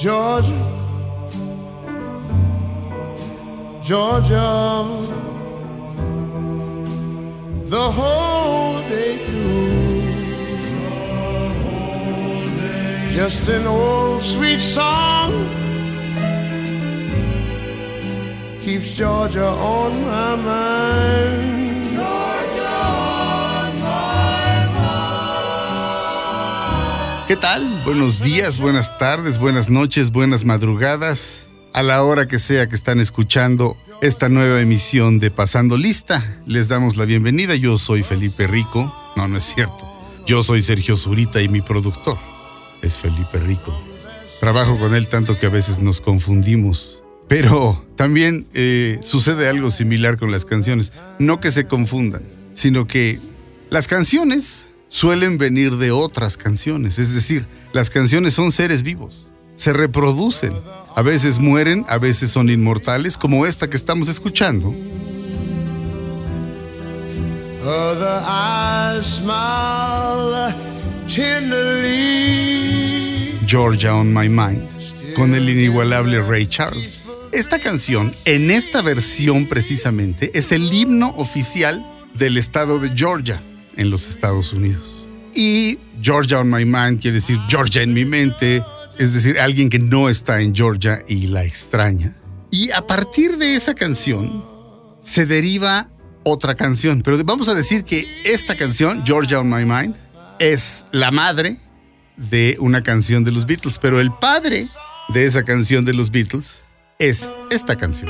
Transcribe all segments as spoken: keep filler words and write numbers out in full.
Georgia, Georgia, the whole day through, the whole day. Just an old sweet song keeps Georgia on my mind. Georgia on my mind. ¿Qué tal? Buenos días, buenas tardes, buenas noches, buenas madrugadas. A la hora que sea que están escuchando esta nueva emisión de Pasando Lista, les damos la bienvenida. Yo soy Felipe Rico. No, no es cierto. Yo soy Sergio Zurita y mi productor es Felipe Rico. Trabajo con él tanto que a veces nos confundimos. Pero también eh, sucede algo similar con las canciones. No que se confundan, sino que las canciones suelen venir de otras canciones. Es decir, las canciones son seres vivos. Se reproducen. A veces mueren, a veces son inmortales, como esta que estamos escuchando. Other eyes smile tenderly. Georgia on My Mind, con el inigualable Ray Charles. Esta canción, en esta versión precisamente, es el himno oficial del estado de Georgia, en los Estados Unidos. Y Georgia on My Mind quiere decir Georgia en mi mente, es decir, alguien que no está en Georgia y la extraña. Y a partir de esa canción se deriva otra canción, pero vamos a decir que esta canción, Georgia on My Mind, es la madre de una canción de los Beatles, pero el padre de esa canción de los Beatles es esta canción.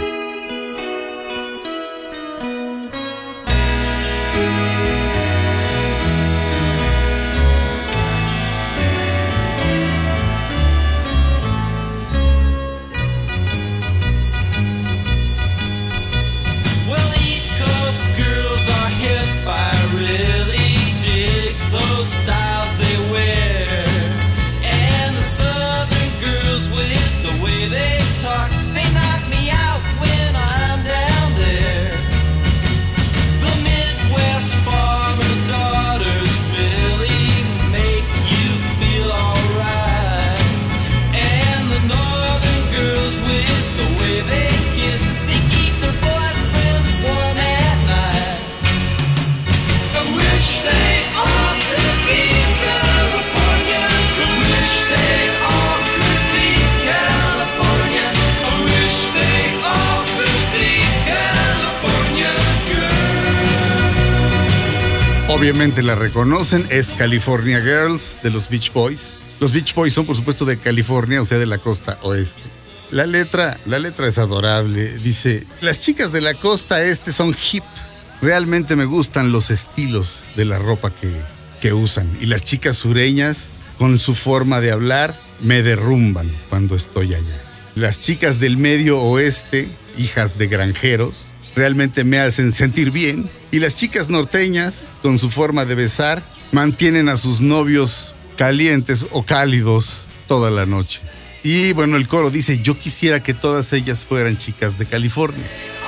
Obviamente la reconocen, es California Girls de los Beach Boys. Los Beach Boys son por supuesto de California, o sea de la costa oeste. La letra, la letra es adorable, dice: las chicas de la costa este son hip. Realmente me gustan los estilos de la ropa que, que usan. Y las chicas sureñas, con su forma de hablar, me derrumban cuando estoy allá. Las chicas del medio oeste, hijas de granjeros, realmente me hacen sentir bien. Y las chicas norteñas, con su forma de besar, mantienen a sus novios calientes o cálidos toda la noche. Y bueno, el coro dice: yo quisiera que todas ellas fueran chicas de California.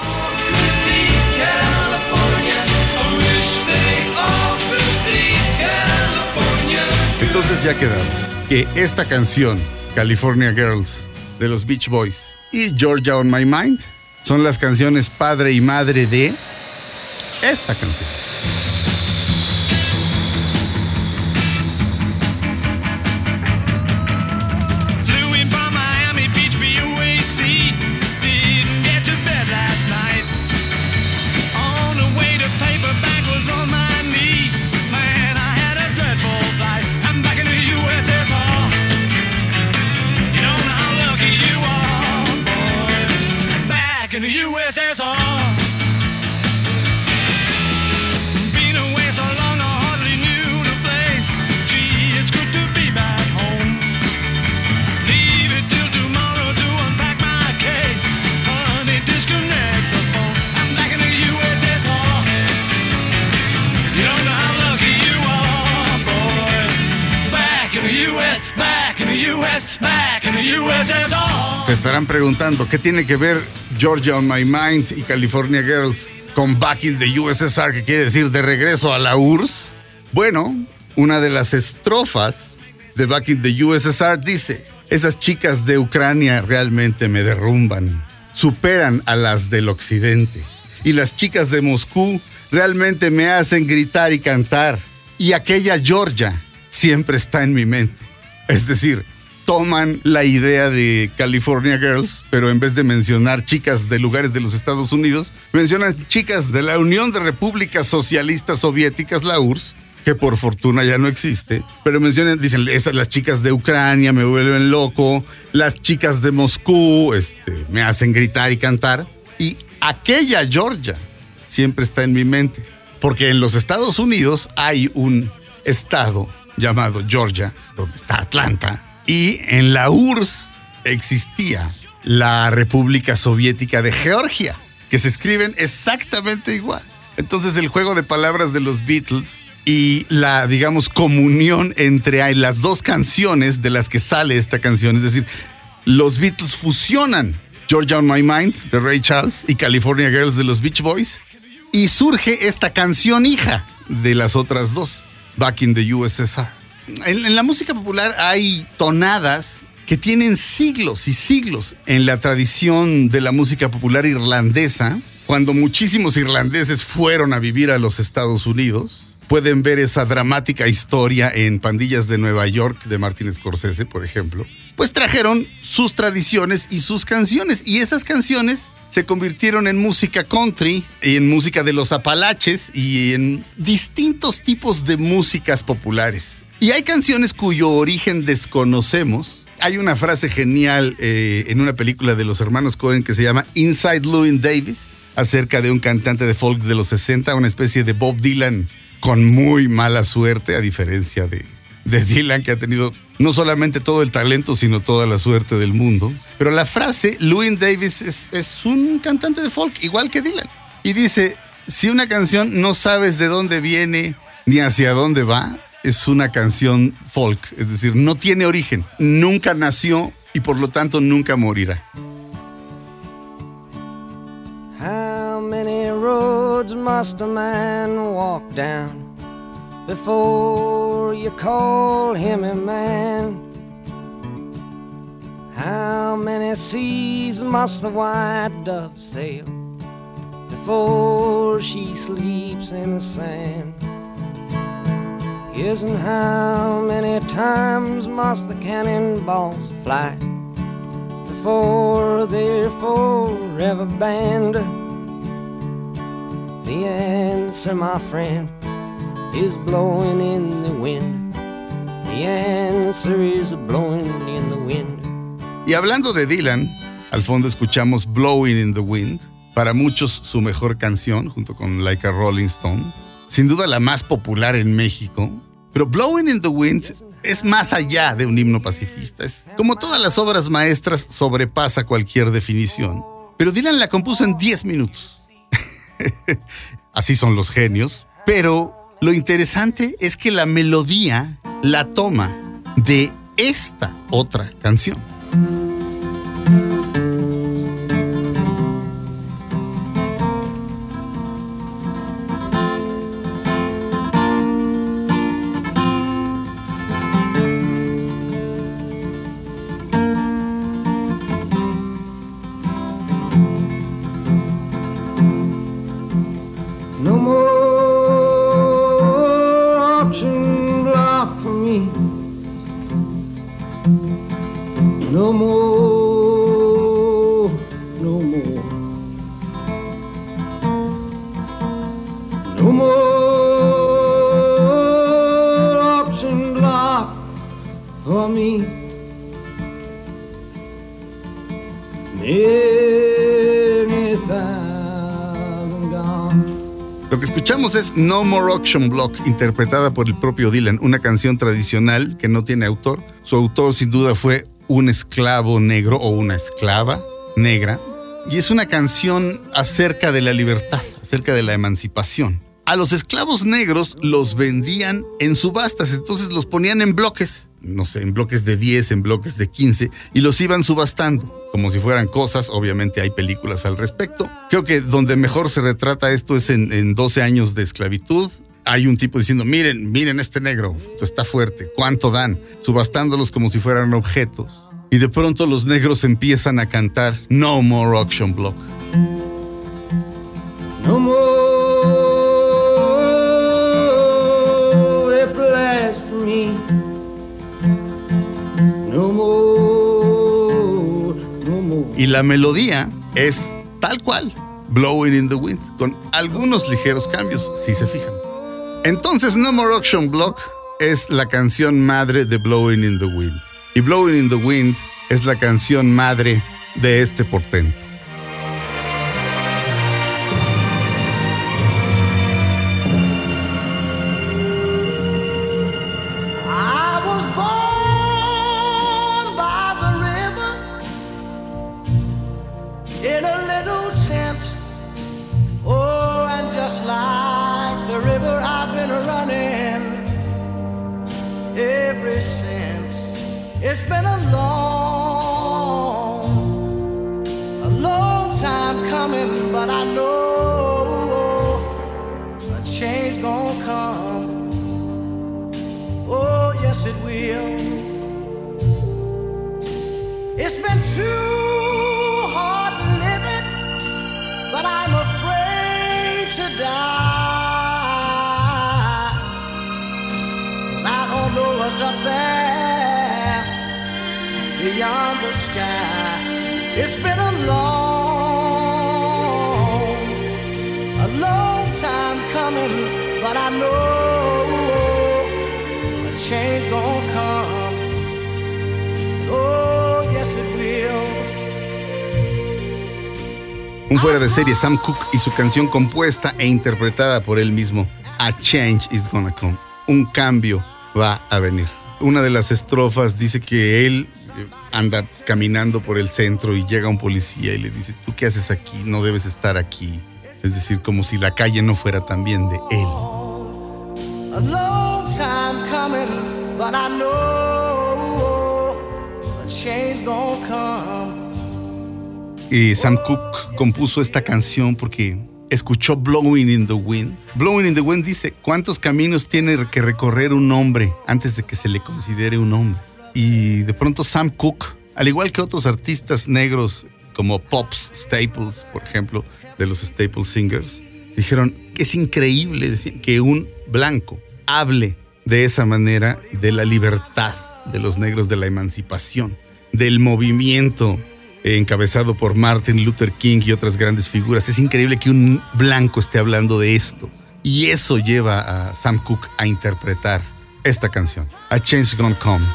Entonces ya quedamos que esta canción, California Girls, de los Beach Boys, y Georgia on My Mind, son las canciones padre y madre de esta canción. Se estarán preguntando qué tiene que ver Georgia on My Mind y California Girls con Back in the U S S R, que quiere decir de regreso a la U R S S. Bueno, una de las estrofas de Back in the U S S R dice: Esas chicas de Ucrania realmente me derrumban, superan a las del occidente. Y las chicas de Moscú realmente me hacen gritar y cantar. Y aquella Georgia siempre está en mi mente. Es decir, toman la idea de California Girls, pero en vez de mencionar chicas de lugares de los Estados Unidos, mencionan chicas de la Unión de Repúblicas Socialistas Soviéticas, la U R S S, que por fortuna ya no existe, pero mencionan, dicen, esas las chicas de Ucrania me vuelven loco, las chicas de Moscú este, me hacen gritar y cantar, y aquella Georgia siempre está en mi mente, porque en los Estados Unidos hay un estado llamado Georgia, donde está Atlanta, y en la U R S S existía la República Soviética de Georgia, que se escriben exactamente igual. Entonces el juego de palabras de los Beatles y la, digamos, comunión entre las dos canciones de las que sale esta canción, es decir, los Beatles fusionan Georgia on My Mind de Ray Charles y California Girls de los Beach Boys, y surge esta canción hija de las otras dos, Back in the U S S R. En, en la música popular hay tonadas que tienen siglos y siglos. En la tradición de la música popular irlandesa, cuando muchísimos irlandeses fueron a vivir a los Estados Unidos, pueden ver esa dramática historia en Pandillas de Nueva York de Martin Scorsese, por ejemplo. Pues trajeron sus tradiciones y sus canciones, y esas canciones se convirtieron en música country, en música de los Apalaches y en distintos tipos de músicas populares. Y hay canciones cuyo origen desconocemos. Hay una frase genial eh, en una película de los hermanos Coen que se llama Inside Llewyn Davis, acerca de un cantante de folk de los sesenta, una especie de Bob Dylan con muy mala suerte, a diferencia de, de Dylan, que ha tenido no solamente todo el talento, sino toda la suerte del mundo. Pero la frase, Llewyn Davis es, es un cantante de folk, igual que Dylan. Y dice, si una canción no sabes de dónde viene ni hacia dónde va, es una canción folk, es decir, no tiene origen, nunca nació y por lo tanto nunca morirá. How many roads must a man walk down before you call him a man? How many seas must the white dove sail before she sleeps in the sand? Yes, and how many times must the cannonballs fly before they're forever banned? The answer, my friend, is blowing in the wind. The answer is blowing in the wind. Y hablando de Dylan, al fondo escuchamos Blowing in the Wind, para muchos su mejor canción, junto con Like a Rolling Stone. Sin duda la más popular en México, pero Blowing in the Wind es más allá de un himno pacifista. Es, como todas las obras maestras, sobrepasa cualquier definición. Pero Dylan la compuso en diez minutos. Así son los genios. Pero lo interesante es que la melodía la toma de esta otra canción. No more auction block for me. No more, no more. No more auction block for me. Many thousand gone. Lo que escuchamos es No More Auction Block, interpretada por el propio Dylan, una canción tradicional que no tiene autor. Su autor sin duda fue un esclavo negro o una esclava negra. Y es una canción acerca de la libertad, acerca de la emancipación. A los esclavos negros los vendían en subastas, entonces los ponían en bloques, no sé, en bloques de diez, en bloques de quince, y los iban subastando como si fueran cosas. Obviamente hay películas al respecto. Creo que donde mejor se retrata esto es en, en doce años de esclavitud. Hay un tipo diciendo, miren, miren este negro, esto está fuerte, ¿cuánto dan? Subastándolos como si fueran objetos. Y de pronto los negros empiezan a cantar No More Auction Block. No more a place for me. No more, no more. Y la melodía es tal cual, Blowing in the Wind, con algunos ligeros cambios, si se fijan. Entonces, No More Auction Block es la canción madre de Blowing in the Wind. Y Blowing in the Wind es la canción madre de este portento. I was born by the river in a little tent. Oh, and just like the river, I've been running ever since. It's been a long, a long time coming, but I know a change gonna come. Oh, yes it will. It's been too hard living, but I'm afraid to die. 'Cause I don't know what's up there beyond the sky. It's been a long, a long time coming, but I know a change gonna come. Oh, yes it will. Un fuera de serie, Sam Cooke y su canción compuesta e interpretada por él mismo, A Change is Gonna Come. Un cambio va a venir. Una de las estrofas dice que él anda caminando por el centro y llega un policía y le dice, ¿tú qué haces aquí? No debes estar aquí. Es decir, como si la calle no fuera también de él. A long time coming, but I know a change gonna come. Y Sam Cooke compuso esta canción porque escuchó Blowing in the Wind. Blowing in the Wind dice, ¿cuántos caminos tiene que recorrer un hombre antes de que se le considere un hombre? Y de pronto Sam Cooke, al igual que otros artistas negros como Pops Staples, por ejemplo, de los Staple Singers, dijeron que es increíble decir, que un blanco hable de esa manera de la libertad de los negros, de la emancipación, del movimiento encabezado por Martin Luther King y otras grandes figuras. Es increíble que un blanco esté hablando de esto. Y eso lleva a Sam Cooke a interpretar esta canción, A Change Gonna Come.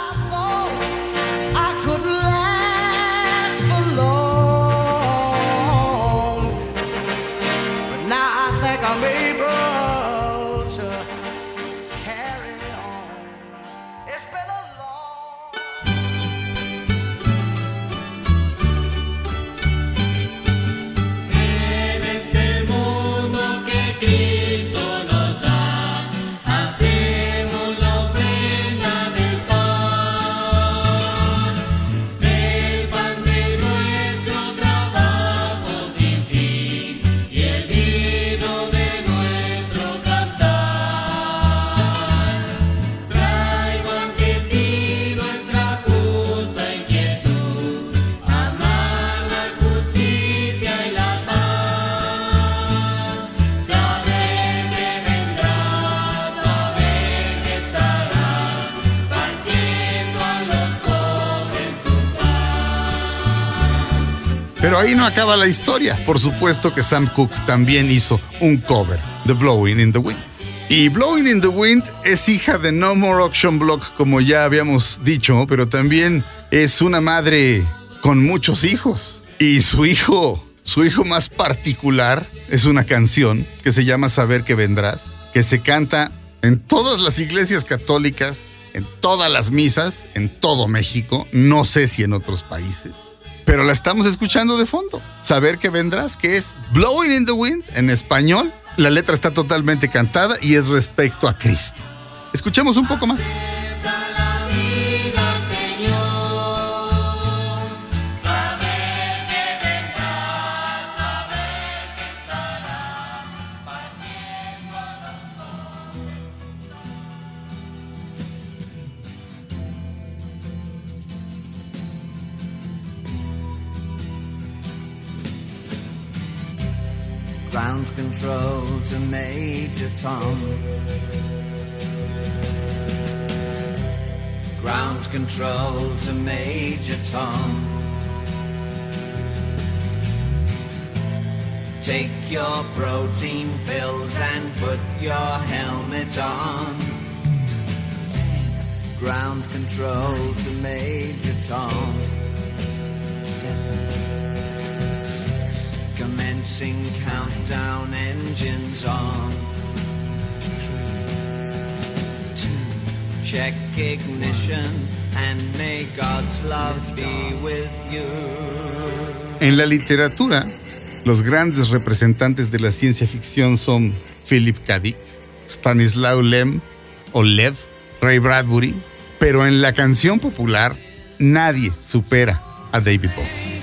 Pero ahí no acaba la historia. Por supuesto que Sam Cooke también hizo un cover de Blowing in the Wind. Y Blowing in the Wind es hija de No More Auction Block, como ya habíamos dicho, pero también es una madre con muchos hijos. Y su hijo, su hijo más particular es una canción que se llama Saber que vendrás, que se canta en todas las iglesias católicas, en todas las misas, en todo México, no sé si en otros países. Pero la estamos escuchando de fondo. Saber que vendrás, que es Blowing in the Wind en español. La letra está totalmente cantada y es respecto a Cristo. Escuchemos un poco más. Ground control to Major Tom. Ground control to Major Tom. Take your protein pills and put your helmet on. Ground control to Major Tom. Seven, six. Commencing countdown, engines on. Three, two. Check ignition and may God's love be with you. En la literatura, los grandes representantes de la ciencia ficción son Philip K. Dick, Stanislaw Lem o Lev, Ray Bradbury, pero en la canción popular nadie supera a David Bowie.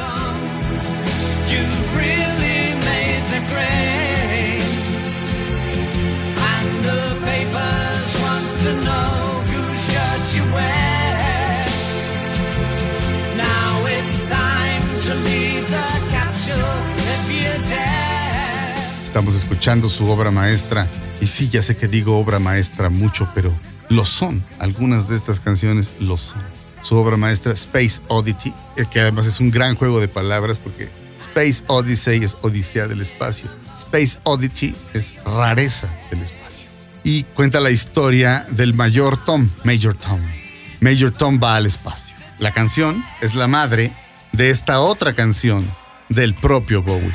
Estamos escuchando su obra maestra, y sí, ya sé que digo obra maestra mucho, pero lo son. Algunas de estas canciones lo son. Su obra maestra, Space Oddity, que además es un gran juego de palabras porque Space Odyssey es Odisea del espacio. Space Oddity es rareza del espacio. Y cuenta la historia del Mayor Tom, Major Tom. Major Tom va al espacio. La canción es la madre de esta otra canción del propio Bowie.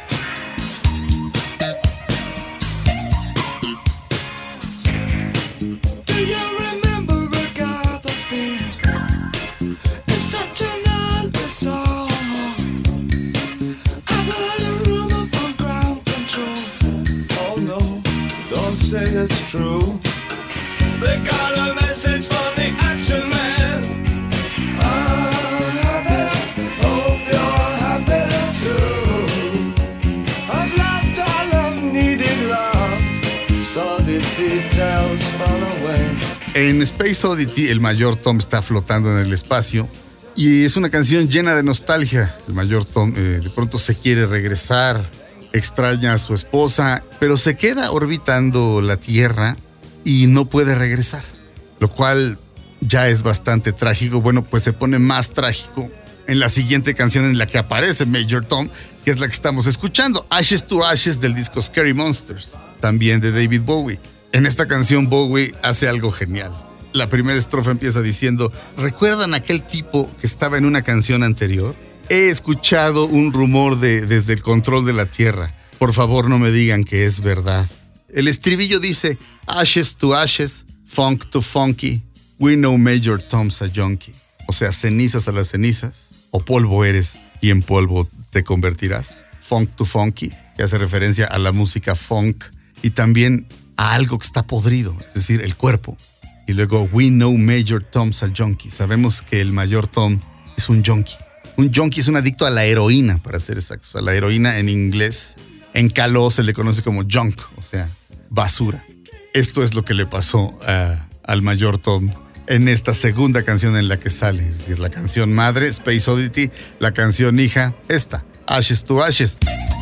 Say it's true. They got a message for the action man. I'm happy, hope you're happy too. I've loved all I've needed love, so the details fall away. En Space Oddity, el Mayor Tom está flotando en el espacio y es una canción llena de nostalgia. El Mayor Tom eh, de pronto se quiere regresar, extraña a su esposa, pero se queda orbitando la Tierra y no puede regresar, lo cual ya es bastante trágico. Bueno, pues se pone más trágico en la siguiente canción en la que aparece Major Tom, que es la que estamos escuchando, Ashes to Ashes, del disco Scary Monsters, también de David Bowie. En esta canción Bowie hace algo genial. La primera estrofa empieza diciendo: ¿recuerdan aquel tipo que estaba en una canción anterior? He escuchado un rumor de desde el control de la Tierra. Por favor, no me digan que es verdad. El estribillo dice: Ashes to ashes, funk to funky, we know Major Tom's a junkie. O sea, cenizas a las cenizas, o polvo eres y en polvo te convertirás. Funk to funky, que hace referencia a la música funk y también a algo que está podrido, es decir, el cuerpo. Y luego, we know Major Tom's a junkie. Sabemos que el Mayor Tom es un junkie. Un junkie es un adicto a la heroína, para ser exactos. A la heroína en inglés, en caló se le conoce como junk, o sea, basura. Esto es lo que le pasó a, al Mayor Tom en esta segunda canción en la que sale. Es decir, la canción madre, Space Oddity, la canción hija, esta, Ashes to Ashes.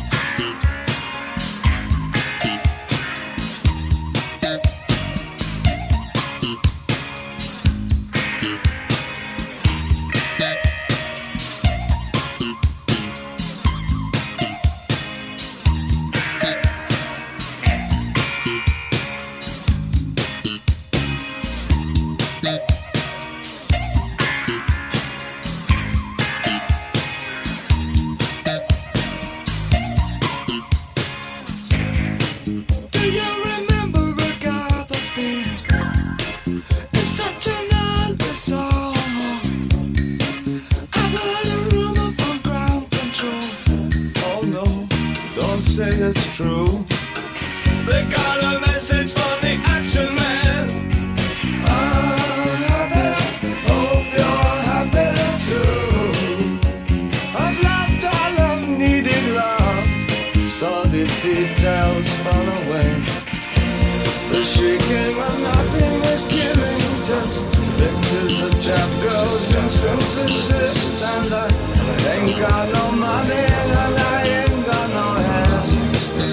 Synthesis, and I ain't got no money and I ain't got no hands.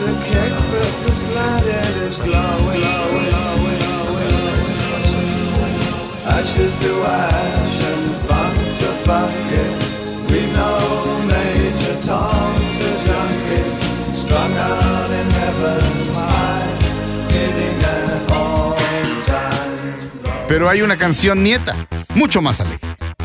to kick, but was glad it is glowing. Ashes to ash and funk to funk it. We know Major Tom's a junkie, strung out in heaven's high, hitting at all time. Pero hay una canción nieta, mucho más alegre.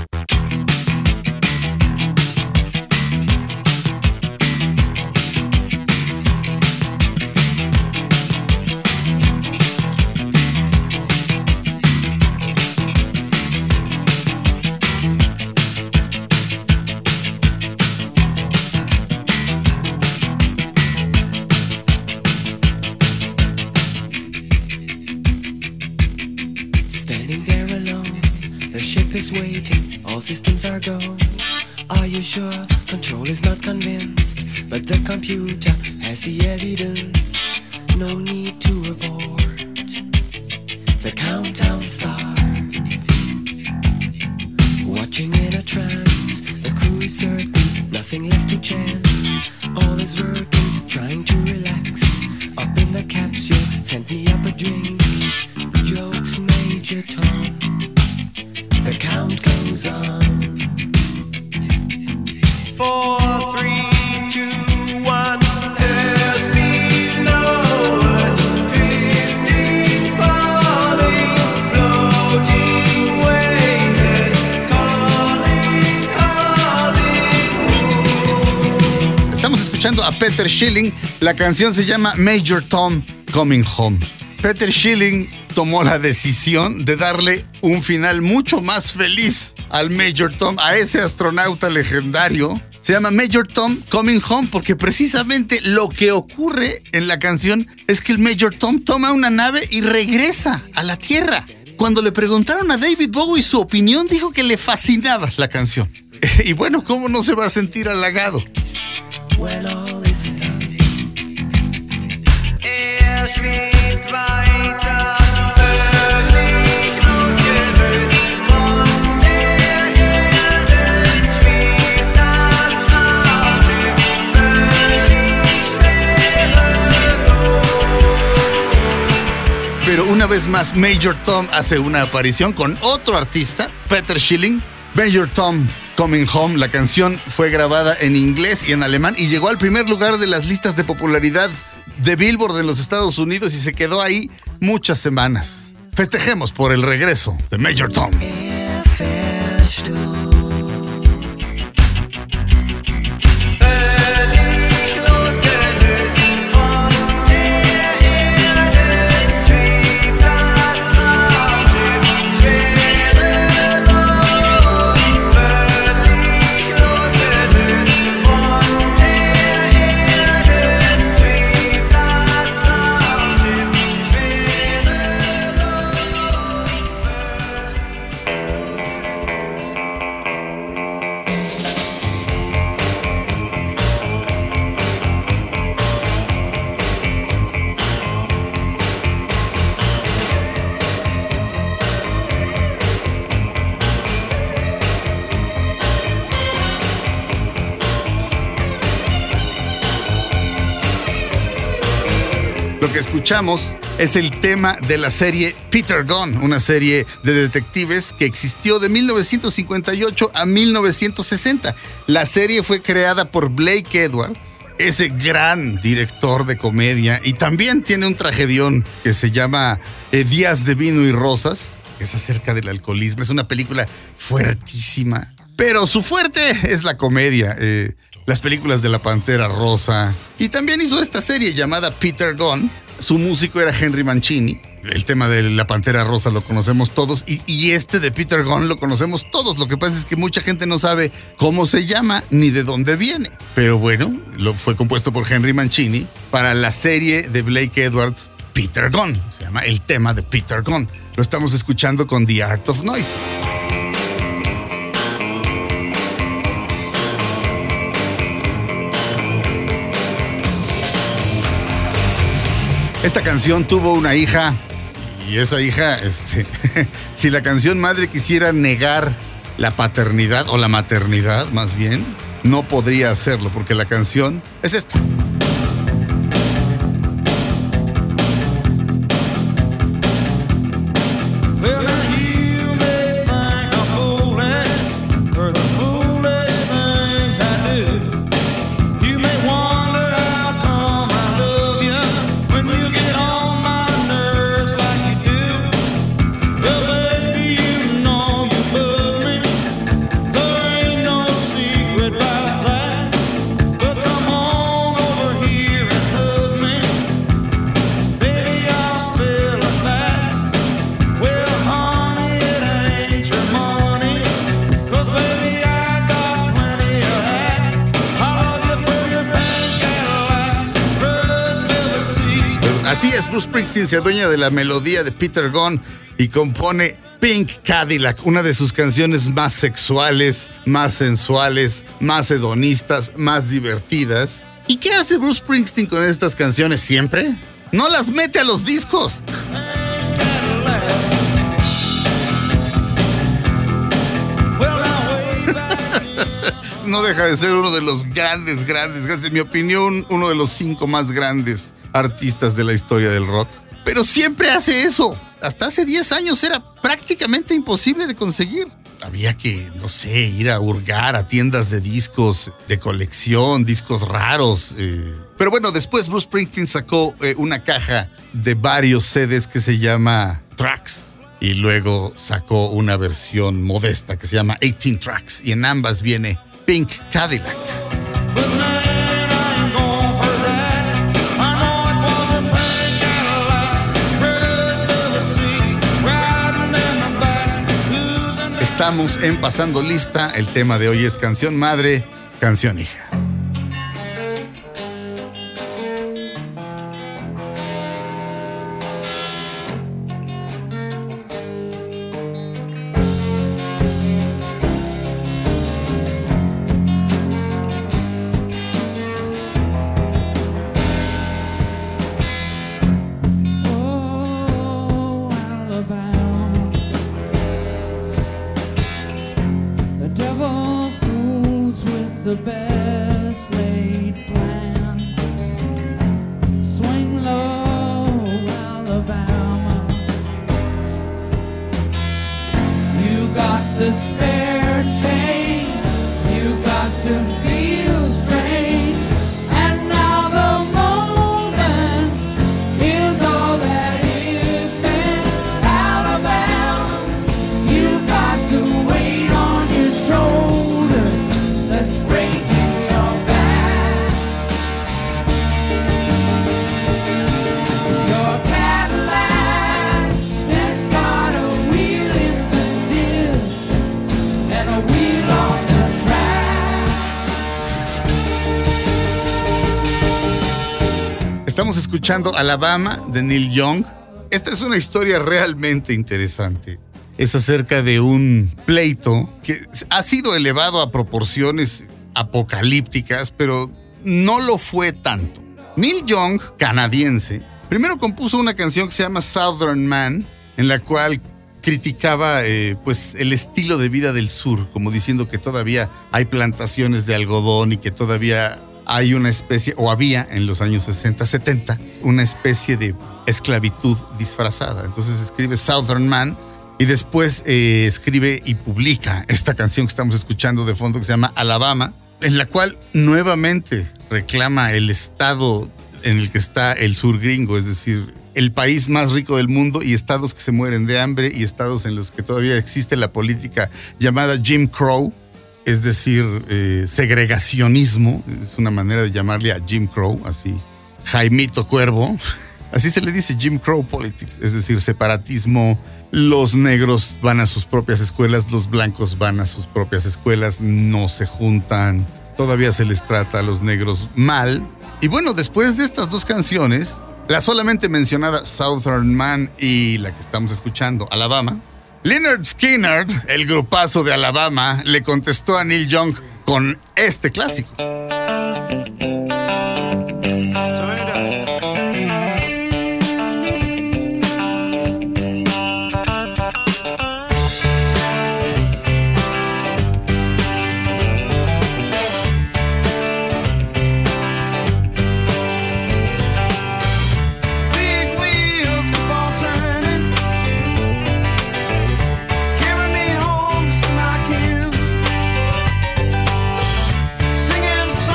Systems are go. Are you sure? Control is not convinced, but the computer has the evidence. No need to abort. The countdown starts. Watching in a trance, the crew is certain, nothing left to chance. All is working, trying to relax. Up in the capsule, sent me up a drink. Jokes, Major Tom. The count goes on. Four, three, two, one. Earth below us, drifting, falling, floating, weightless, calling, calling. Estamos escuchando a Peter Schilling. La canción se llama Major Tom Coming Home. Peter Schilling tomó la decisión de darle un final mucho más feliz al Major Tom, a ese astronauta legendario. Se llama Major Tom Coming Home porque precisamente lo que ocurre en la canción es que el Major Tom toma una nave y regresa a la Tierra. Cuando le preguntaron a David Bowie su opinión, dijo que le fascinaba la canción. Y bueno, ¿cómo no se va a sentir halagado? When all is done, er schwebt weiter, völlig losgelöst von der Erde, schwebt das Raumschiff völlig schwerelos. Pero una vez más, Major Tom hace una aparición con otro artista, Peter Schilling. Major Tom Coming Home, la canción fue grabada en inglés y en alemán y llegó al primer lugar de las listas de popularidad de Billboard en los Estados Unidos y se quedó ahí muchas semanas. Festejemos por el regreso de Major Tom. Lo que escuchamos es el tema de la serie Peter Gunn, una serie de detectives que existió de mil novecientos cincuenta y ocho a mil novecientos sesenta. La serie fue creada por Blake Edwards, ese gran director de comedia, y también tiene un tragedión que se llama eh, Días de Vino y Rosas, que es acerca del alcoholismo. Es una película fuertísima, pero su fuerte es la comedia. Eh, las películas de La Pantera Rosa, y también hizo esta serie llamada Peter Gunn. Su músico era Henry Mancini. El tema de La Pantera Rosa lo conocemos todos, y, y este de Peter Gunn lo conocemos todos. Lo que pasa es que mucha gente no sabe cómo se llama ni de dónde viene. Pero bueno, lo fue compuesto por Henry Mancini para la serie de Blake Edwards, Peter Gunn. Se llama el tema de Peter Gunn. Lo estamos escuchando con The Art of Noise. Esta canción tuvo una hija, y esa hija, este, si la canción madre quisiera negar la paternidad, o la maternidad más bien, no podría hacerlo, porque la canción es esta. Bruce Springsteen se adueña de la melodía de Peter Gunn y compone Pink Cadillac, una de sus canciones más sexuales, más sensuales, más hedonistas, más divertidas. ¿Y qué hace Bruce Springsteen con estas canciones siempre? ¡No las mete a los discos! No deja de ser uno de los grandes, grandes, grandes, en mi opinión, uno de los cinco más grandes artistas de la historia del rock. Pero siempre hace eso. Hasta hace diez años era prácticamente imposible de conseguir. Había que, no sé, ir a hurgar a tiendas de discos de colección, discos raros. Eh. Pero bueno, después Bruce Springsteen sacó eh, una caja de varios C Ds que se llama Tracks. Y luego sacó una versión modesta que se llama dieciocho Tracks. Y en ambas viene Pink Cadillac. Estamos en Pasando Lista. El tema de hoy es canción madre, canción hija. The best laid plan. Swing low, Alabama. You got the spare chain. You got to feel strange. And now the moment is all that is been. Alabama, you got the weight on your shoulders. Let's breaking your back. Your Cadillac has got a wheel in the ditch and a wheel on the track. Estamos escuchando Alabama de Neil Young. Esta es una historia realmente interesante. Es acerca de un pleito que ha sido elevado a proporciones apocalípticas, pero no lo fue tanto. Neil Young, canadiense, primero compuso una canción que se llama Southern Man, en la cual criticaba eh, pues, el estilo de vida del sur, como diciendo que todavía hay plantaciones de algodón y que todavía hay una especie, o había en los años sesenta, setenta, una especie de esclavitud disfrazada. Entonces escribe Southern Man, y después eh, escribe y publica esta canción que estamos escuchando de fondo que se llama Alabama, en la cual nuevamente reclama el estado en el que está el sur gringo, es decir, el país más rico del mundo y estados que se mueren de hambre y estados en los que todavía existe la política llamada Jim Crow, es decir, eh, segregacionismo, es una manera de llamarle a Jim Crow, así, Jaimito Cuervo. Así se le dice Jim Crow Politics, es decir, separatismo. Los negros van a sus propias escuelas, los blancos van a sus propias escuelas, no se juntan, todavía se les trata a los negros mal. Y bueno, después de estas dos canciones, la solamente mencionada Southern Man y la que estamos escuchando, Alabama, Lynyrd Skynyrd, el grupazo de Alabama, le contestó a Neil Young con este clásico. Singing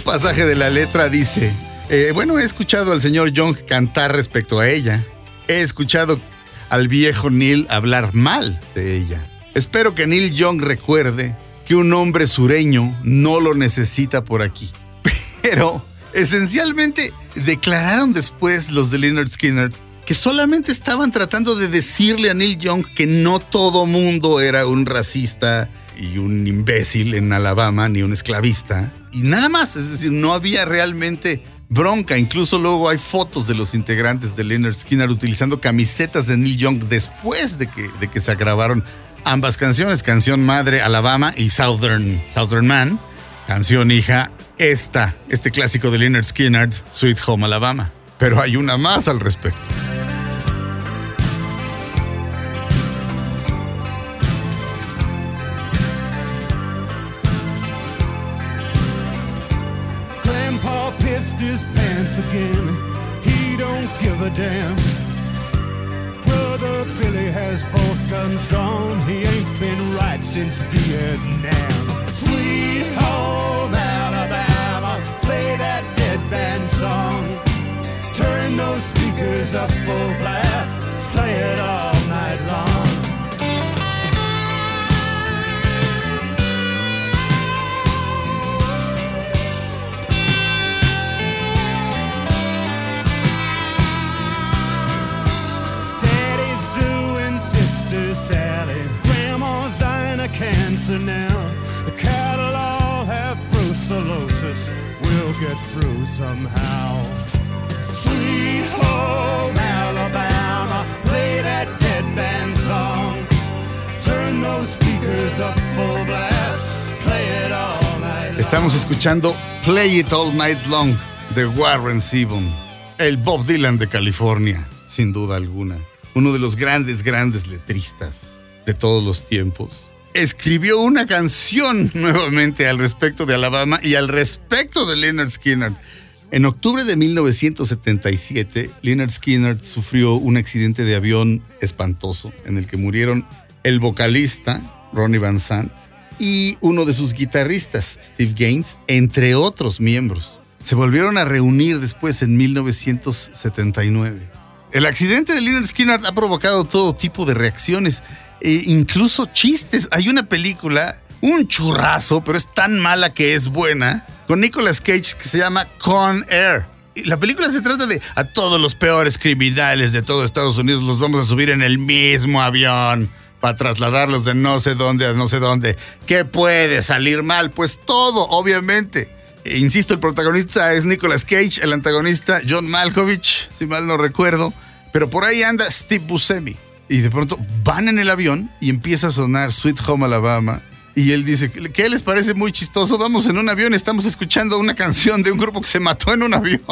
pasaje de la letra dice, eh, bueno, he escuchado al señor Young cantar respecto a ella. He escuchado al viejo Neil hablar mal de ella. Espero que Neil Young recuerde que un hombre sureño no lo necesita por aquí. Pero, esencialmente, declararon después los de Lynyrd Skynyrd que solamente estaban tratando de decirle a Neil Young que no todo mundo era un racista y un imbécil en Alabama, ni un esclavista, y nada más. Es decir, no había realmente bronca. Incluso luego hay fotos de los integrantes de Lynyrd Skynyrd utilizando camisetas de Neil Young después de que, de que se grabaron ambas canciones, canción madre Alabama y Southern, Southern Man, canción hija esta, este clásico de Lynyrd Skynyrd, Sweet Home Alabama. Pero hay una más al respecto. Grandpa pissed his pants again. He don't give a damn. Brother Billy has both guns drawn. He ain't been right since Vietnam. Sweet home Alabama, play that dead band song. Turn those speakers up full blast. Play it all night long. Sister Sally, Grandma's dying of cancer now. The cattle all have brucellosis. We'll get through somehow. Sweet home Alabama, play that dead band song. Turn those speakers up full blast. Play it all night long. Estamos escuchando Play It All Night Long de Warren Zevon, el Bob Dylan de California, sin duda alguna. Uno de los grandes, grandes letristas de todos los tiempos. Escribió una canción nuevamente al respecto de Alabama y al respecto de Lynyrd Skynyrd. En octubre de mil novecientos setenta y siete, Lynyrd Skynyrd sufrió un accidente de avión espantoso en el que murieron el vocalista, Ronnie Van Sant, y uno de sus guitarristas, Steve Gaines, entre otros miembros. Se volvieron a reunir después en mil novecientos setenta y nueve. El accidente de Lynyrd Skynyrd ha provocado todo tipo de reacciones, e incluso chistes. Hay una película, un churrazo, pero es tan mala que es buena, con Nicolas Cage, que se llama Con Air. Y la película se trata de a todos los peores criminales de todo Estados Unidos los vamos a subir en el mismo avión para trasladarlos de no sé dónde a no sé dónde. ¿Qué puede salir mal? Pues todo, obviamente. E insisto, el protagonista es Nicolas Cage, el antagonista John Malkovich, si mal no recuerdo, pero por ahí anda Steve Buscemi. Y de pronto van en el avión y empieza a sonar Sweet Home Alabama. Y él dice, ¿qué les parece muy chistoso? Vamos en un avión, estamos escuchando una canción de un grupo que se mató en un avión.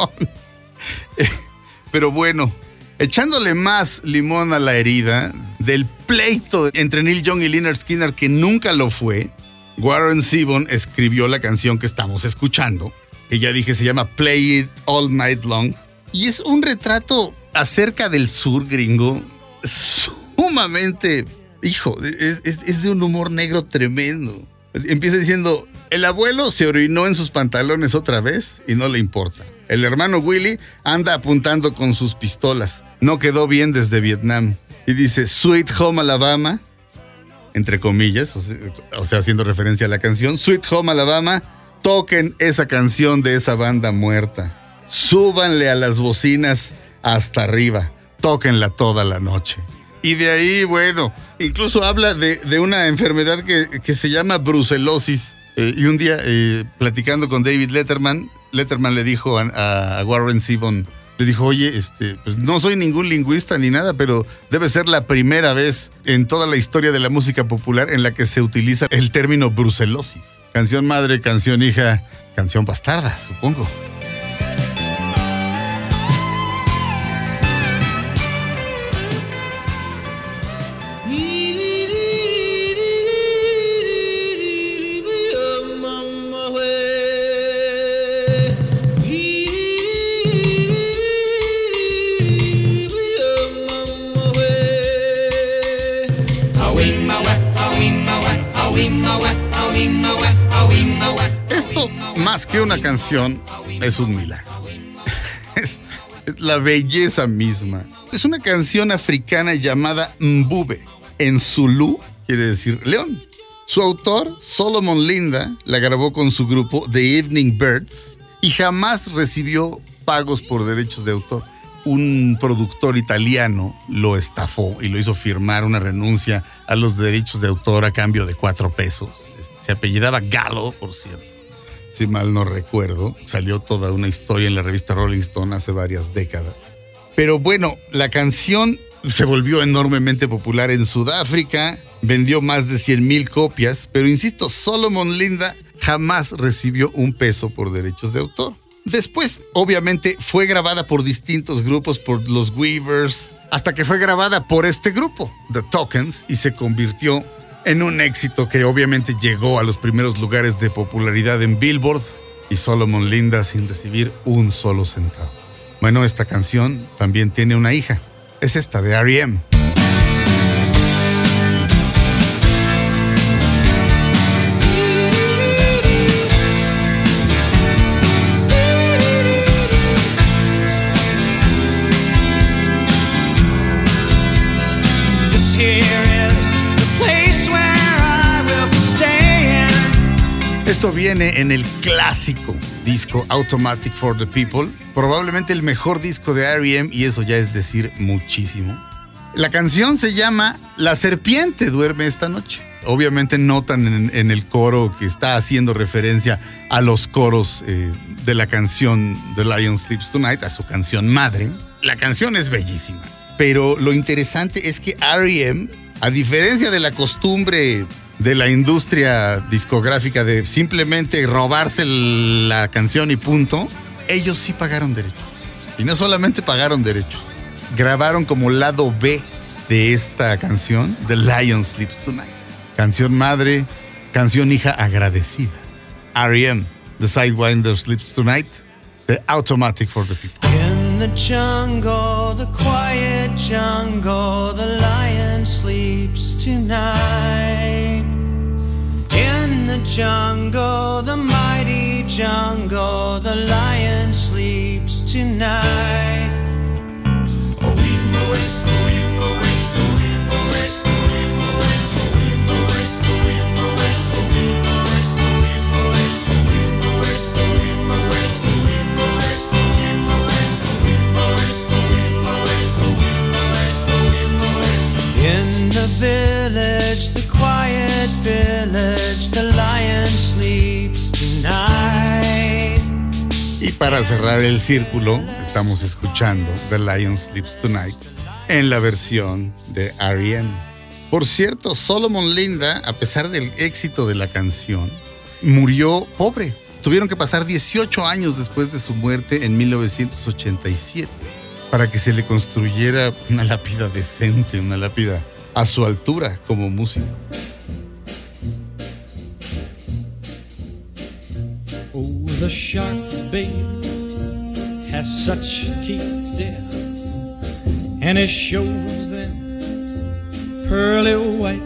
Pero bueno, echándole más limón a la herida del pleito entre Neil Young y Lynyrd Skynyrd, que nunca lo fue, Warren Zevon escribió la canción que estamos escuchando, que ya dije se llama Play It All Night Long, y es un retrato acerca del sur gringo sumamente, hijo, es, es, es de un humor negro tremendo. Empieza diciendo, el abuelo se orinó en sus pantalones otra vez y no le importa. El hermano Willie anda apuntando con sus pistolas, no quedó bien desde Vietnam. Y dice, Sweet Home Alabama, entre comillas, o sea, o sea, haciendo referencia a la canción, Sweet Home Alabama, toquen esa canción de esa banda muerta. Súbanle a las bocinas hasta arriba, tóquenla toda la noche. Y de ahí, bueno, incluso habla de, de una enfermedad que, que se llama brucelosis. Eh, y un día, eh, platicando con David Letterman, Letterman le dijo a, a Warren Zevon, le dijo, oye, este, pues no soy ningún lingüista ni nada, pero debe ser la primera vez en toda la historia de la música popular en la que se utiliza el término brucelosis. Canción madre, canción hija, canción bastarda, supongo. Esto, más que porque una canción es un milagro. Es, es la belleza misma. Es una canción africana llamada Mbube. En Zulu quiere decir león. Su autor, Solomon Linda, la grabó con su grupo The Evening Birds y jamás recibió pagos por derechos de autor. Un productor italiano lo estafó y lo hizo firmar una renuncia a los derechos de autor a cambio de cuatro pesos. Se apellidaba Gallo, por cierto. Si mal no recuerdo, salió toda una historia en la revista Rolling Stone hace varias décadas. Pero bueno, la canción se volvió enormemente popular en Sudáfrica, vendió más de cien mil copias, pero insisto, Solomon Linda jamás recibió un peso por derechos de autor. Después, obviamente, fue grabada por distintos grupos, por los Weavers, hasta que fue grabada por este grupo, The Tokens, y se convirtió en un éxito que obviamente llegó a los primeros lugares de popularidad en Billboard, y Solomon Linda sin recibir un solo centavo. Bueno, esta canción también tiene una hija. Es esta de R E M. Esto viene en el clásico disco Automatic for the People, probablemente el mejor disco de R E M, y eso ya es decir muchísimo. La canción se llama La serpiente duerme esta noche. Obviamente notan en, en el coro que está haciendo referencia a los coros eh, de la canción The Lion Sleeps Tonight, a su canción madre. La canción es bellísima, pero lo interesante es que R E M, a diferencia de la costumbre de la industria discográfica de simplemente robarse la canción y punto, ellos sí pagaron derechos. Y no solamente pagaron derechos, grabaron como lado B de esta canción, The Lion Sleeps Tonight. Canción madre, canción hija agradecida. R E M, The Sidewinder Sleeps Tonight, The Automatic for the People. In the jungle, the quiet jungle, the lion sleeps tonight. In the jungle, the mighty jungle, the lion sleeps tonight. In the village, the quiet village, the lion sleeps tonight. Y para cerrar el círculo, estamos escuchando The Lion Sleeps Tonight en la versión de R E M. Por cierto, Solomon Linda, a pesar del éxito de la canción, murió pobre. Tuvieron que pasar dieciocho años después de su muerte en mil novecientos ochenta y siete para que se le construyera una lápida decente, una lápida a su altura como músico. Oh, the shark, babe, has such teeth, dear, and it shows them pearly white.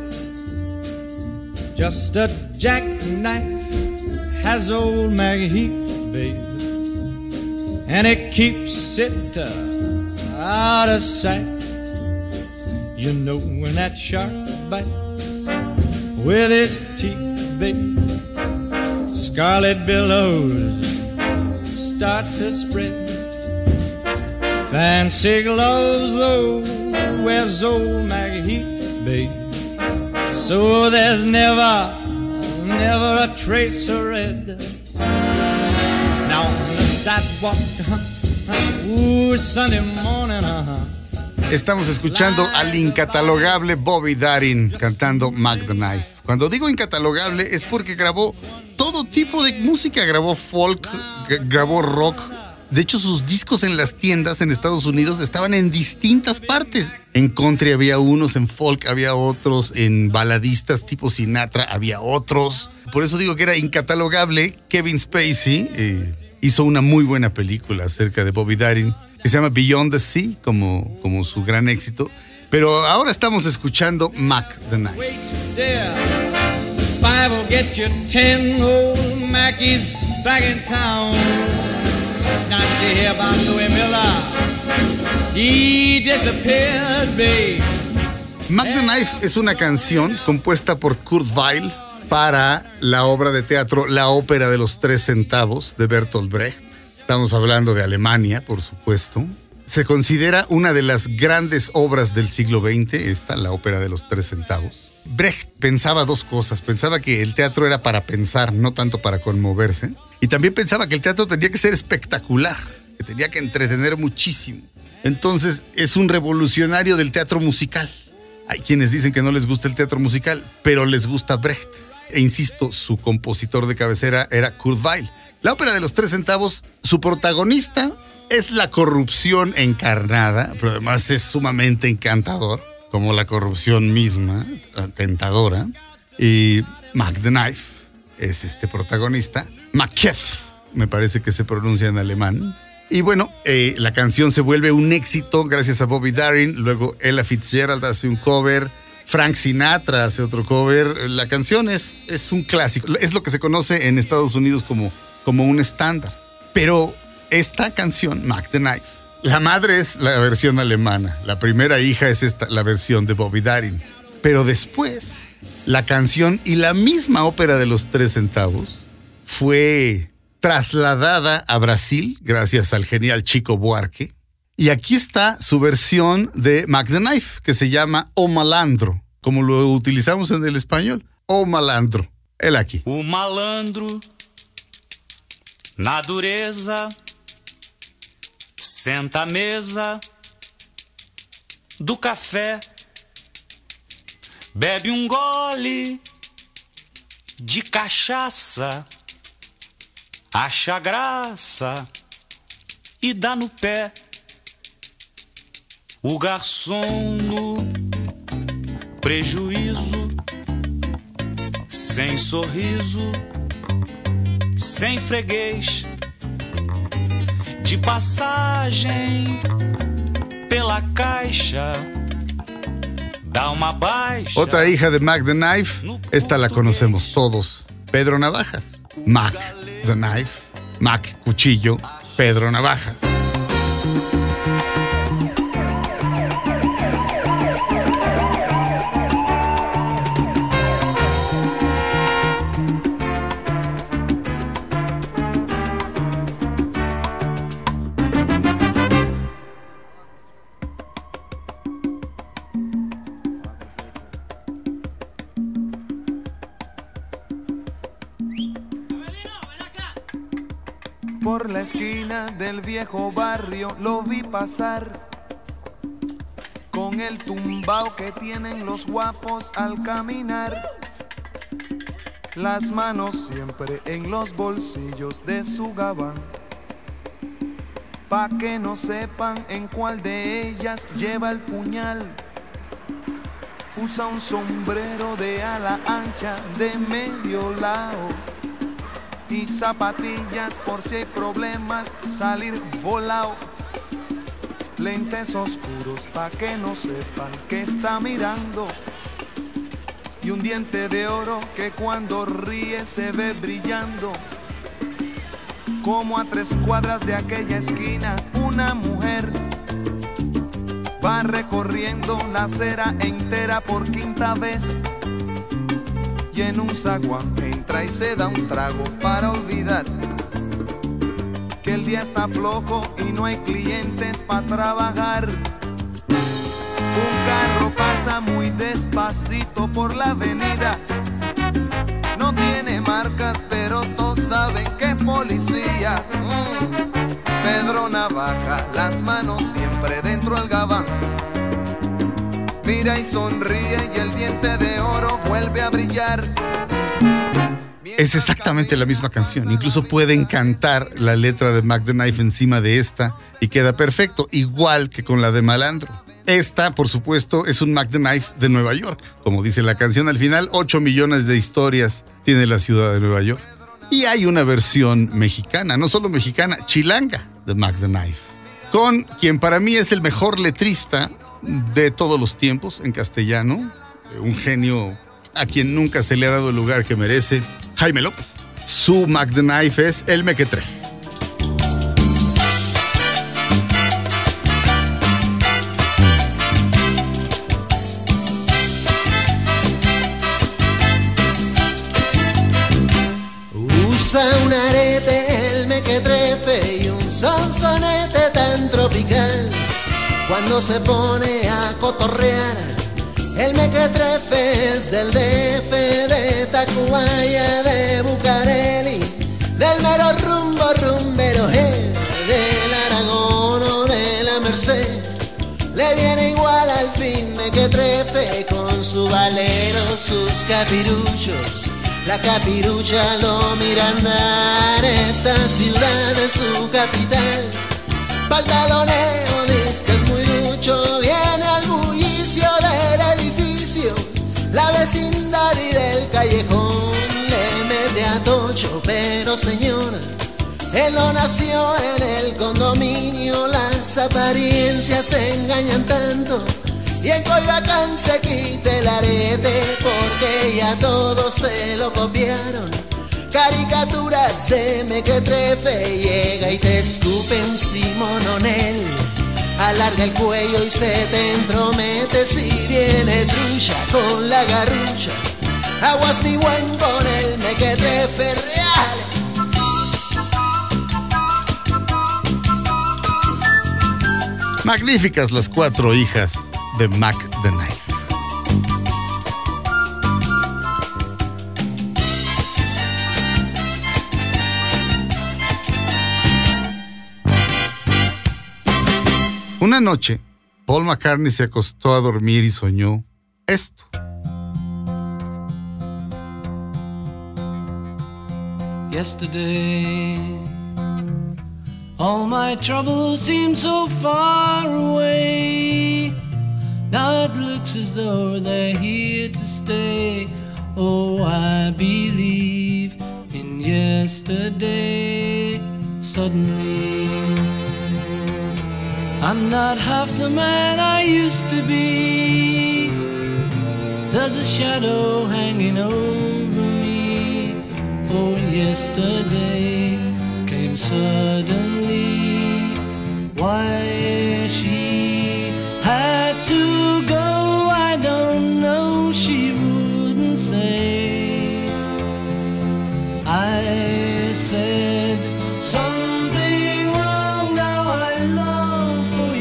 Just a jackknife has old Maggie Heath, babe, and it keeps it uh, out of sight. You know when that shark bites with his teeth, babe, scarlet billows start to spread. Fancy gloves, though, wears old Maggie Heath, babe, so there's never, never a trace of red. Now on the sidewalk, uh-huh, ooh, Sunday morning, uh-huh. Estamos escuchando al incatalogable Bobby Darin cantando Mac the Knife. Cuando digo incatalogable es porque grabó todo tipo de música. Grabó folk, g- grabó rock. De hecho, sus discos en las tiendas en Estados Unidos estaban en distintas partes. En country había unos, en folk había otros, en baladistas tipo Sinatra había otros. Por eso digo que era incatalogable. Kevin Spacey eh, hizo una muy buena película acerca de Bobby Darin, que se llama Beyond the Sea, como, como su gran éxito. Pero ahora estamos escuchando Mac the Knife. Wait, dear, five will get you ten old Mackey's back in town. Don't you hear about Louis Miller? He disappeared, babe. Mac the Knife es una canción compuesta por Kurt Weill para la obra de teatro La Ópera de los Tres Centavos de Bertolt Brecht. Estamos hablando de Alemania, por supuesto. Se considera una de las grandes obras del siglo veinte, esta, La Ópera de los Tres Centavos. Brecht pensaba dos cosas. Pensaba que el teatro era para pensar, no tanto para conmoverse. Y también pensaba que el teatro tenía que ser espectacular, que tenía que entretener muchísimo. Entonces, es un revolucionario del teatro musical. Hay quienes dicen que no les gusta el teatro musical, pero les gusta Brecht. E insisto, su compositor de cabecera era Kurt Weill. La Ópera de los Tres Centavos, su protagonista es la corrupción encarnada, pero además es sumamente encantador, como la corrupción misma, tentadora. Y Mac the Knife es este protagonista. Macbeth, me parece que se pronuncia en alemán. Y bueno, eh, la canción se vuelve un éxito gracias a Bobby Darin. Luego Ella Fitzgerald hace un cover. Frank Sinatra hace otro cover. La canción es, es un clásico. Es lo que se conoce en Estados Unidos como, como un estándar. Pero esta canción, Mac the Knife, la madre es la versión alemana. La primera hija es esta, la versión de Bobby Darin. Pero después, la canción y la misma Ópera de los Tres Centavos fue trasladada a Brasil gracias al genial Chico Buarque. Y aquí está su versión de Mac the Knife, que se llama O Malandro, como lo utilizamos en el español. O Malandro. Él aquí. O malandro, na dureza, senta à mesa do café, bebe um gole de cachaça, acha graça e dá no pé. O garçom no prejuízo, sem sorriso, sem freguês, de passagem pela caixa, dá uma baixa. Otra hija de Mac the Knife, esta la conocemos todos, Pedro Navajas. Mac the Knife, Mac Cuchillo, Pedro Navajas. Por la esquina del viejo barrio lo vi pasar, con el tumbao que tienen los guapos al caminar, las manos siempre en los bolsillos de su gabán, pa' que no sepan en cuál de ellas lleva el puñal. Usa un sombrero de ala ancha de medio lado y zapatillas por si hay problemas salir volado. Lentes oscuros pa' que no sepan que está mirando, y un diente de oro que cuando ríe se ve brillando. Como a tres cuadras de aquella esquina una mujer va recorriendo la acera entera por quinta vez, y en un zaguán entra y se da un trago para olvidar que el día está flojo y no hay clientes para trabajar. Un carro pasa muy despacito por la avenida, no tiene marcas pero todos saben que es policía. mm. Pedro Navaja, las manos siempre dentro del gabán, mira y sonríe y el diente de oro vuelve a brillar. Es exactamente la misma canción. Incluso pueden cantar la letra de Mac the Knife encima de esta y queda perfecto, igual que con la de Malandro. Esta, por supuesto, es un Mac the Knife de Nueva York. Como dice la canción al final, ocho millones de historias tiene la ciudad de Nueva York. Y hay una versión mexicana, no solo mexicana, chilanga de Mac the Knife, con quien para mí es el mejor letrista de todos los tiempos en castellano, un genio a quien nunca se le ha dado el lugar que merece, Jaime López. Su Mac the Knife es El Mequetrefe. Usa un arete, el mequetrefe y un sonsonete tan tropical. Cuando se pone a cotorrear, el mequetrefe es del D F, de Tacubaya, de Bucareli, del mero rumbo rumbero, hey, del Aragón o de la Merced. Le viene igual al fin mequetrefe con su valero, sus capiruchos. La capirucha lo mira andar, esta ciudad es su capital. Pantaloneo, disco es muy ducho, viene al bullicio del edificio. La vecindad y del callejón le mete a tocho, pero señora, él no nació en el condominio. Las apariencias se engañan tanto, y en Coyoacán se quita el arete, porque ya todos se lo copiaron. Caricaturas de mequetrefe, llega y te escupe un simononel. Alarga el cuello y se te entromete, si viene trucha con la garrucha. Aguas mi buen con el mequetrefe real. Magníficas las cuatro hijas de Mac the Knife. Una noche, Paul McCartney se acostó a dormir y soñó esto. Yesterday, all my troubles seem so far away. Now it looks as though they're here to stay. Oh, I believe in yesterday. Suddenly, I'm not half the man I used to be. There's a shadow hanging over me. Oh, yesterday came suddenly. Why she had to go, I don't know, she wouldn't say. I said something wrong, now I long for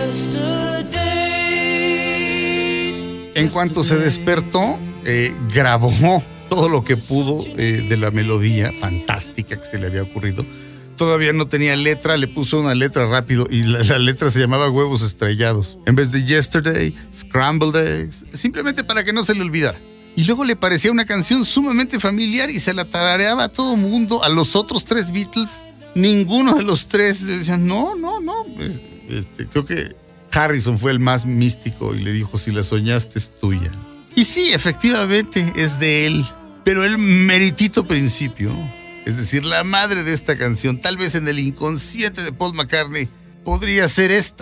yesterday. En cuanto se despertó, eh, grabó todo lo que pudo eh, de la melodía fantástica que se le había ocurrido. Todavía no tenía letra, le puso una letra rápido y la, la letra se llamaba Huevos Estrellados. En vez de Yesterday, Scrambled Eggs, simplemente para que no se le olvidara. Y luego le parecía una canción sumamente familiar y se la tarareaba a todo mundo, a los otros tres Beatles. Ninguno de los tres decían, no, no, no. Este, creo que Harrison fue el más místico y le dijo, si la soñaste es tuya. Y sí, efectivamente es de él, pero el meritito principio, es decir, la madre de esta canción, tal vez en el inconsciente de Paul McCartney, podría ser esta.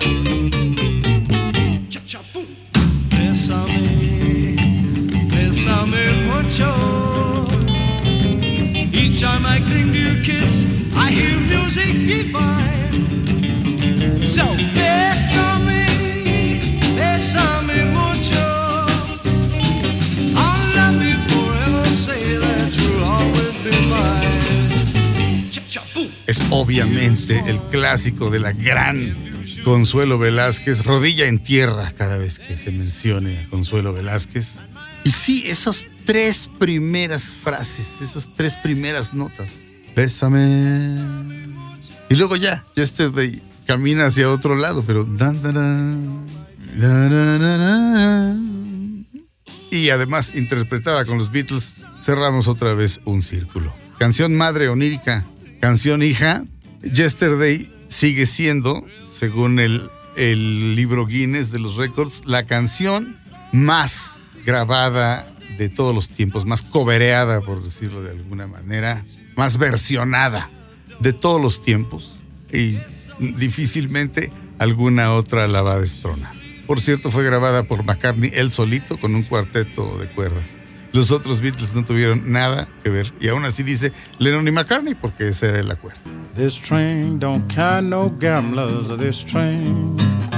Bésame, bésame mucho. Each time I cling to your kiss, I hear music divine. So bésame, bésame mucho. I'll love you forever, say that you'll always be mine. Es obviamente el clásico de la gran Consuelo Velázquez, rodilla en tierra cada vez que se mencione a Consuelo Velázquez. Y sí, esas tres primeras frases, esas tres primeras notas. Bésame. Y luego ya, Yesterday camina hacia otro lado, pero... Dan, dan, dan, dan, dan, dan. Y además, interpretada con los Beatles, cerramos otra vez un círculo. Canción madre onírica, canción hija. Yesterday sigue siendo, según el, el libro Guinness de los récords, la canción más grabada de todos los tiempos, más cobereada, por decirlo de alguna manera, más versionada de todos los tiempos, y difícilmente alguna otra la va a destronar. Por cierto, fue grabada por McCartney él solito con un cuarteto de cuerdas. Los otros Beatles no tuvieron nada que ver. Y aún así dice Lennon y McCartney, porque ese era el acuerdo. This train don't carry no gamblers. This train.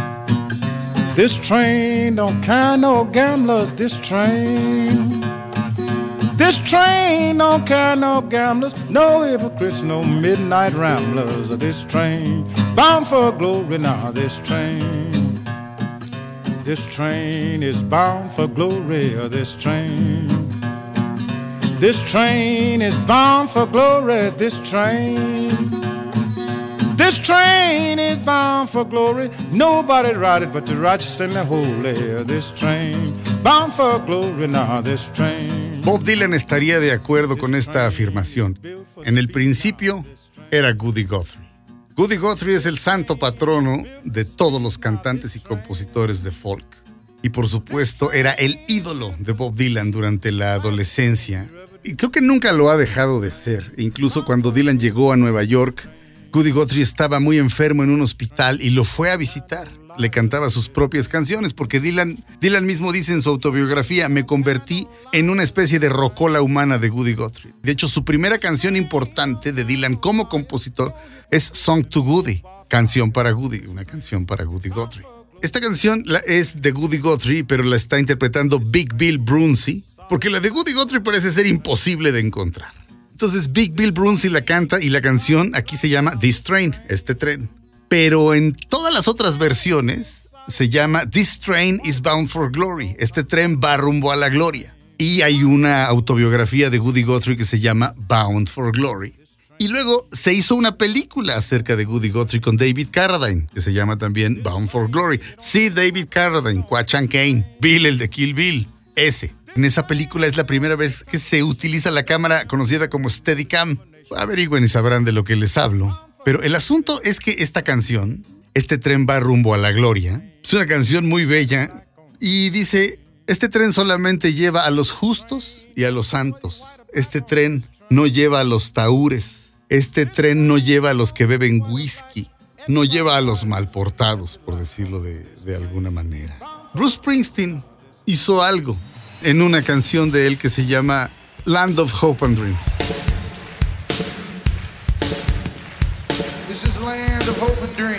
This train don't carry no gamblers. This train. This train don't carry no gamblers, no hypocrites, no midnight ramblers. This train bound for glory now. This train. This train is bound for glory. This train. This train is bound for glory. This train. This train is bound for glory. Nobody ride it but the righteous and the holy. This train bound for glory now. This train. Bob Dylan estaría de acuerdo con esta afirmación. En el principio era Goody Guthrie. Goody Guthrie es el santo patrono de todos los cantantes y compositores de folk. Y por supuesto era el ídolo de Bob Dylan durante la adolescencia. Y creo que nunca lo ha dejado de ser. Incluso cuando Dylan llegó a Nueva York, Goody Guthrie estaba muy enfermo en un hospital y lo fue a visitar. Le cantaba sus propias canciones porque Dylan, Dylan mismo dice en su autobiografía: me convertí en una especie de rocola humana de Goody Guthrie. De hecho, su primera canción importante de Dylan como compositor es Song to Goody, canción para Goody, una canción para Goody Guthrie. Esta canción es de Goody Guthrie, pero la está interpretando Big Bill Brunsey, porque la de Goody Guthrie parece ser imposible de encontrar. Entonces Big Bill Brunsey la canta y la canción aquí se llama This Train, este tren. Pero en todas las otras versiones se llama This Train is Bound for Glory, este tren va rumbo a la gloria. Y hay una autobiografía de Goody Guthrie que se llama Bound for Glory. Y luego se hizo una película acerca de Goody Guthrie con David Carradine, que se llama también Bound for Glory. Sí, David Carradine, Quachan Kane, Bill, el de Kill Bill, ese. En esa película es la primera vez que se utiliza la cámara conocida como Steadicam. Averigüen y sabrán de lo que les hablo. Pero el asunto es que esta canción, este tren va rumbo a la gloria, es una canción muy bella y dice: este tren solamente lleva a los justos y a los santos. Este tren no lleva a los tahúres. Este tren no lleva a los que beben whisky. No lleva a los malportados, por decirlo de, de alguna manera. Bruce Springsteen hizo algo en una canción de él que se llama Land of Hope and Dreams. This is Land of Hope and Dreams.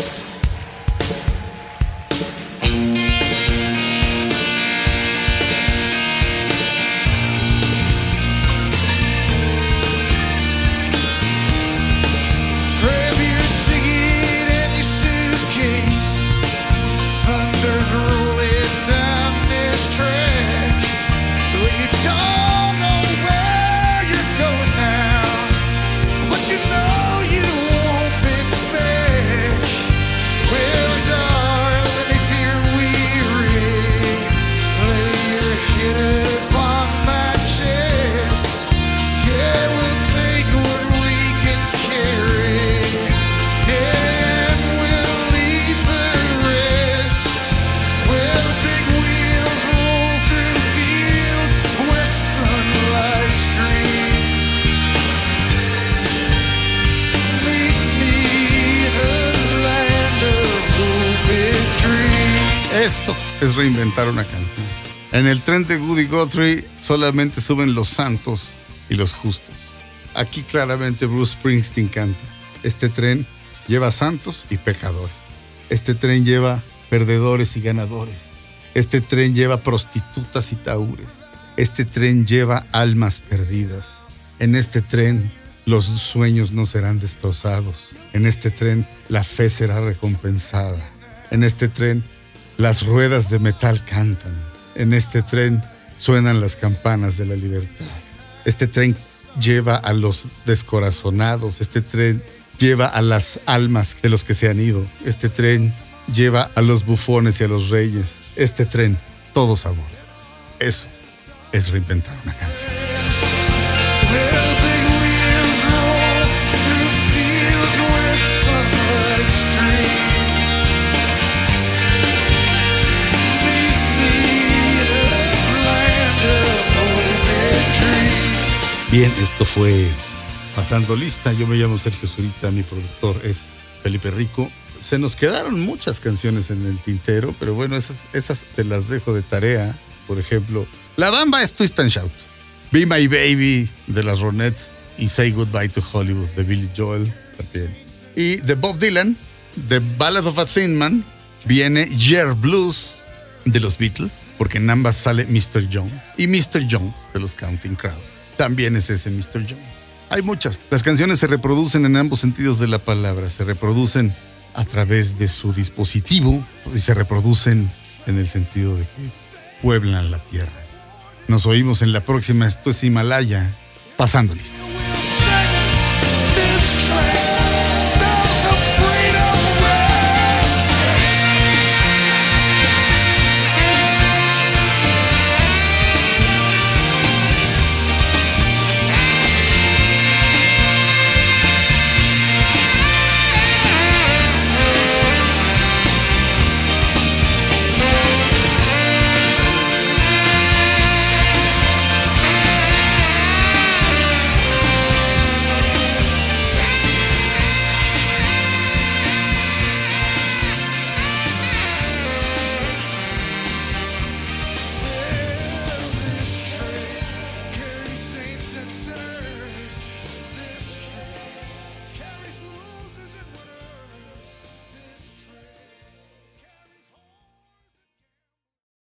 Grab your ticket and your suitcase. Thunder's rolling down this track. We don't know where you're going now, but you know you won't be back. Well, darling, if you're weary, lay your head upon my chest. Yeah, we'll take what we can carry, and we'll leave the rest. Well, big wheels roll through fields where sunlight streams. Meet me in a land of hope and dreams. Esto es reinventar una canción. En el tren de Goody Guthrie solamente suben los santos y los justos. Aquí claramente Bruce Springsteen canta: este tren lleva santos y pecadores. Este tren lleva perdedores y ganadores. Este tren lleva prostitutas y tahúres. Este tren lleva almas perdidas. En este tren los sueños no serán destrozados. En este tren la fe será recompensada. En este tren las ruedas de metal cantan. En este tren suenan las campanas de la libertad. Este tren lleva a los descorazonados. Este tren lleva a las almas de los que se han ido. Este tren lleva a los bufones y a los reyes. Este tren, todos a bordo. Eso es reinventar una canción. Well, big wheels roll through fields where sunlight streams. Meet me in a land of hope and dreams. Bien, esto fue Pasando Lista. Yo me llamo Sergio Zurita, mi productor es Felipe Rico. Se nos quedaron muchas canciones en el tintero, pero bueno, esas, esas se las dejo de tarea. Por ejemplo, La Bamba es Twist and Shout. Be My Baby de las Ronettes y Say Goodbye to Hollywood de Billy Joel también. Y de Bob Dylan, The Ballad of a Thin Man, viene Year Blues de los Beatles, porque en ambas sale mister Jones. Y mister Jones de los Counting Crows. También es ese mister Jones. Hay muchas. Las canciones se reproducen en ambos sentidos de la palabra. Se reproducen a través de su dispositivo y se reproducen en el sentido de que pueblan la tierra. Nos oímos en la próxima. Esto es Himalaya, pasando lista. This train